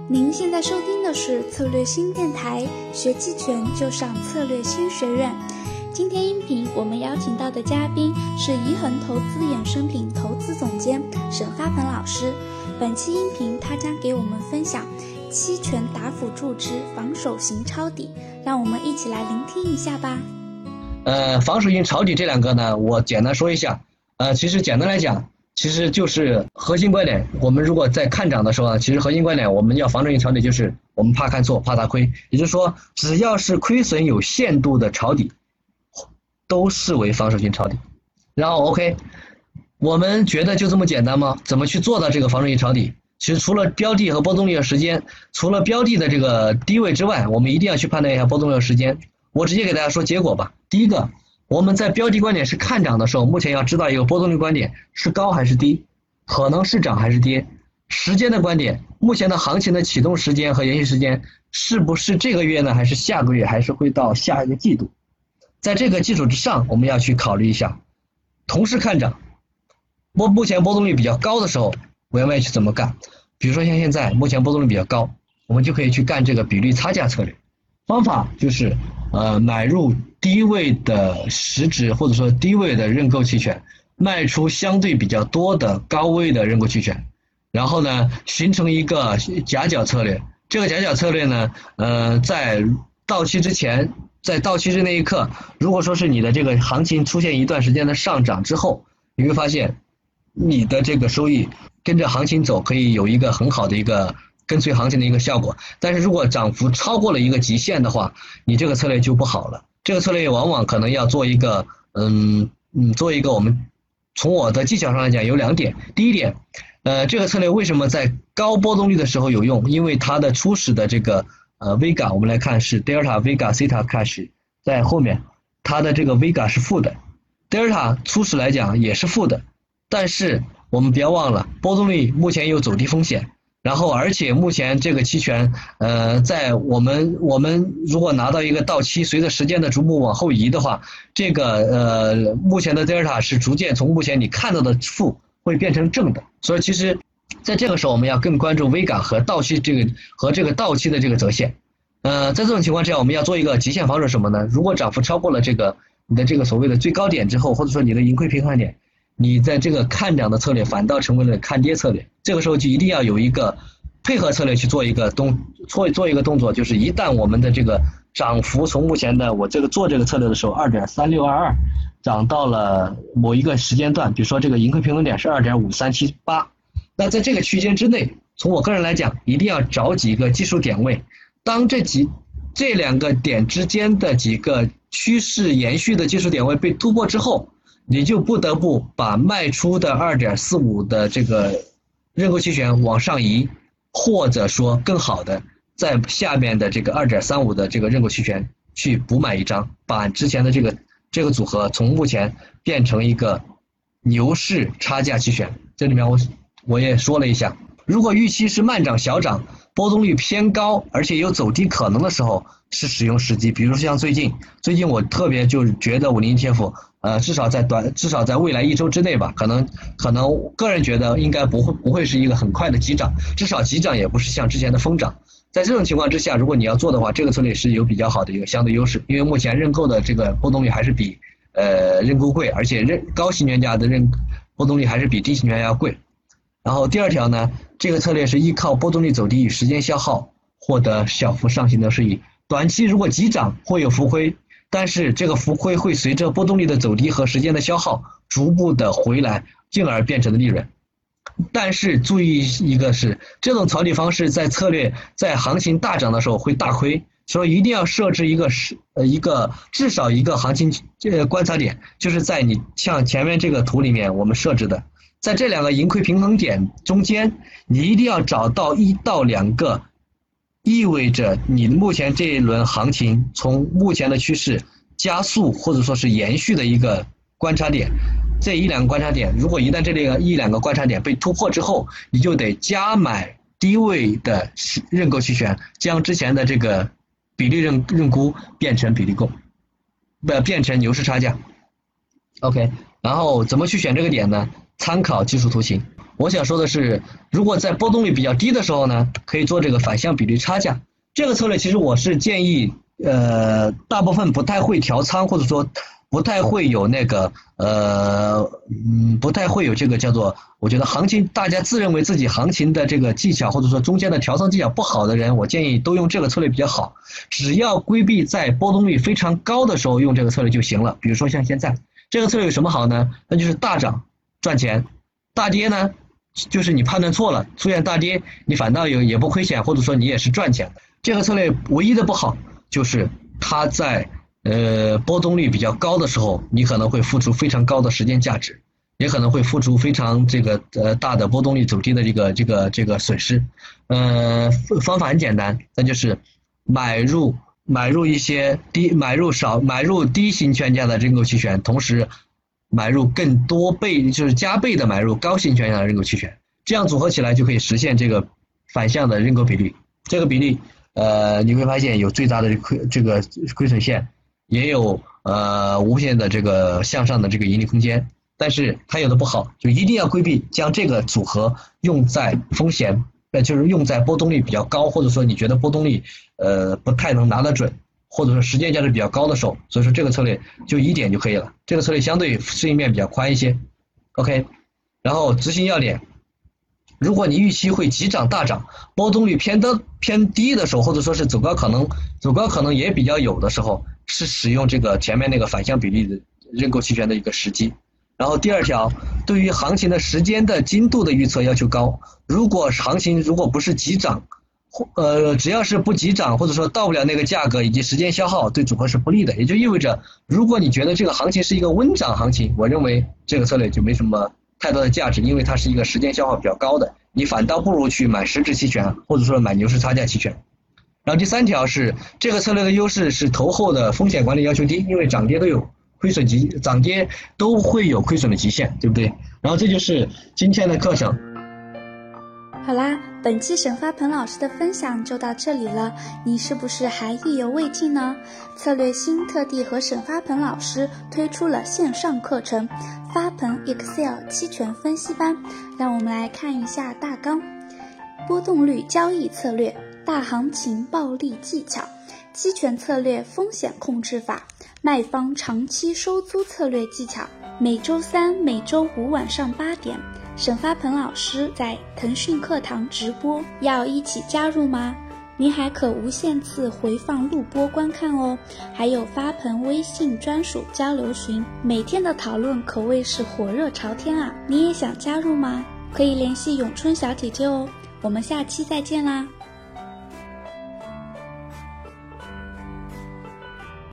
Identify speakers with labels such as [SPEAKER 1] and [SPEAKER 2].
[SPEAKER 1] 您现在收听的是策略新电台，学期权就上策略新学院。今天音频我们邀请到的嘉宾是宜恒投资衍生品投资总监沈发鹏老师。本期音频他将给我们分享期权打辅助之防守型抄底，让我们一起来聆听一下吧。
[SPEAKER 2] 防守型抄底这两个呢，我简单说一下。其实简单来讲，其实就是核心观点。我们如果在看涨的时候其实核心观点我们要防守性抄底，就是我们怕看错，怕它亏。也就是说，只要是亏损有限度的抄底，都视为防守性抄底。然后 OK， 我们觉得就这么简单吗？怎么去做到这个防守性抄底？其实除了标的和波动率的时间，除了标的的这个低位之外，我们一定要去判断一下波动率的时间。我直接给大家说结果吧。第一个，我们在标的观点是看涨的时候，目前要知道一个波动率观点是高还是低，可能是涨还是跌。时间的观点，目前的行情的启动时间和延续时间是不是这个月呢，还是下个月，还是会到下一个季度。在这个基础之上，我们要去考虑一下，同时看涨，目前波动率比较高的时候，我要去怎么干？比如说像现在目前波动率比较高，我们就可以去干这个比率差价策略。方法就是买入低位的实值或者说低位的认购期权，卖出相对比较多的高位的认购期权，然后呢形成一个夹角策略。这个夹角策略呢在到期之前，在到期日那一刻，如果说是你的这个行情出现一段时间的上涨之后，你会发现你的这个收益跟着行情走，可以有一个很好的一个跟随行情的一个效果。但是如果涨幅超过了一个极限的话，你这个策略就不好了。这个策略往往可能要做一个我们从我的技巧上来讲有两点。第一点，这个策略为什么在高波动率的时候有用？因为它的初始的这个Vega 我们来看是 Delta Vega Theta Cash 在后面，它的这个 Vega 是负的， Delta 初始来讲也是负的，但是我们不要忘了波动率目前有走低风险。然后而且目前这个期权在我们如果拿到一个到期，随着时间的逐步往后移的话，这个目前的 Delta 是逐渐从目前你看到的负会变成正的。所以其实在这个时候我们要更关注 Vega 和到期这个到期的这个折现。在这种情况之下，我们要做一个极限防守什么呢？如果涨幅超过了你的这个所谓的最高点之后，或者说你的盈亏平衡点，你在这个看涨的策略反倒成为了看跌策略。这个时候就一定要有一个配合策略去做一个动作，就是一旦我们的这个涨幅从目前的我做这个策略的时候 2.3622 涨到了某一个时间段，比如说这个盈亏平衡点是 2.5378， 那在这个区间之内，从我个人来讲一定要找几个技术点位，当这两个点之间的几个趋势延续的技术点位被突破之后，你就不得不把卖出的 2.45 的这个认购期权往上移，或者说更好的在下面的这个 2.35 的这个认购期权去补买一张，把之前的这个组合从目前变成一个牛市差价期权。这里面我也说了一下，如果预期是慢涨小涨，波动率偏高而且有走低可能的时候，是使用时机。比如像最近我特别就觉得50 ETF至少在未来一周之内吧，可能个人觉得应该不会是一个很快的急涨，至少急涨也不是像之前的疯涨。在这种情况之下，如果你要做的话，这个策略是有比较好的一个相对优势，因为目前认购的这个波动率还是比认购贵，而且高息权价的波动率还是比低息权要贵。然后第二条呢，这个策略是依靠波动率走低与时间消耗获得小幅上行的收益。短期如果急涨会有浮亏，但是这个浮亏会随着波动率的走低和时间的消耗逐步的回来，进而变成的利润。但是注意一个是，这种抄底方式在行情大涨的时候会大亏，所以一定要设置至少一个行情观察点，就是在你像前面这个图里面我们设置的，在这两个盈亏平衡点中间，你一定要找到1到2个意味着你目前这一轮行情从目前的趋势加速或者说是延续的一个观察点。这1-2个观察点，如果一旦这1-2个观察点被突破之后，你就得加买低位的认购期权，将之前的这个比例认沽变成比例购，变成牛市差价。OK， 然后怎么去选这个点呢？参考技术图形。 我想说的是，如果在波动率比较低的时候呢，可以做这个反向比例差价。这个策略其实我是建议大部分不太会调仓，或者说不太会有那个不太会有这个叫做，我觉得行情大家自认为自己行情的这个技巧或者说中间的调仓技巧不好的人，我建议都用这个策略比较好。只要规避在波动率非常高的时候用这个策略就行了。比如说像现在这个策略有什么好呢？那就是大涨赚钱，大跌呢就是你判断错了，出现大跌你反倒也不亏钱，或者说你也是赚钱的。这个策略唯一的不好就是它在波动率比较高的时候，你可能会付出非常高的时间价值，也可能会付出非常这个大的波动率走低的这个损失。方法很简单，那就是买入一些买入低行权价的认购期权，同时买入更多倍，就是加倍的买入高行权价的认购期权，这样组合起来就可以实现这个反向的认购比例。这个比例你会发现有最大的亏损线，也有无限的这个向上的这个盈利空间。但是它有的不好，就一定要规避将这个组合用在就是用在波动率比较高，或者说你觉得波动率不太能拿得准，或者说时间价值比较高的时候，所以说这个策略就1点就可以了。这个策略相对适应面比较宽一些。OK， 然后执行要点，如果你预期会急涨大涨，波动率偏低的时候，或者说是走高可能也比较有的时候，是使用这个前面那个反向比例的认购期权的一个时机。然后第2条，对于行情的时间的精度的预测要求高。如果行情不是急涨，只要是不急涨，或者说到不了那个价格以及时间消耗，对组合是不利的。也就意味着，如果你觉得这个行情是一个温涨行情，我认为这个策略就没什么太多的价值，因为它是一个时间消耗比较高的，你反倒不如去买实质期权，或者说买牛市差价期权。然后第3条是，这个策略的优势是投后的风险管理要求低，因为涨跌都有亏损涨跌都会有亏损的极限，对不对？然后这就是今天的课程。
[SPEAKER 1] 好啦，本期沈发鹏老师的分享就到这里了，你是不是还意犹未尽呢？策略星特地和沈发鹏老师推出了线上课程发鹏 Excel 期权分析班，让我们来看一下大纲。波动率交易策略，大行情暴利技巧，期权策略风险控制法，卖方长期收租策略技巧。每周3、每周5晚上8点，沈发鹏老师在腾讯课堂直播，要一起加入吗？您还可无限次回放录播观看哦，还有发鹏微信专属交流群，每天的讨论可谓是火热朝天啊！你也想加入吗？可以联系咏春小姐姐哦，我们下期再见啦！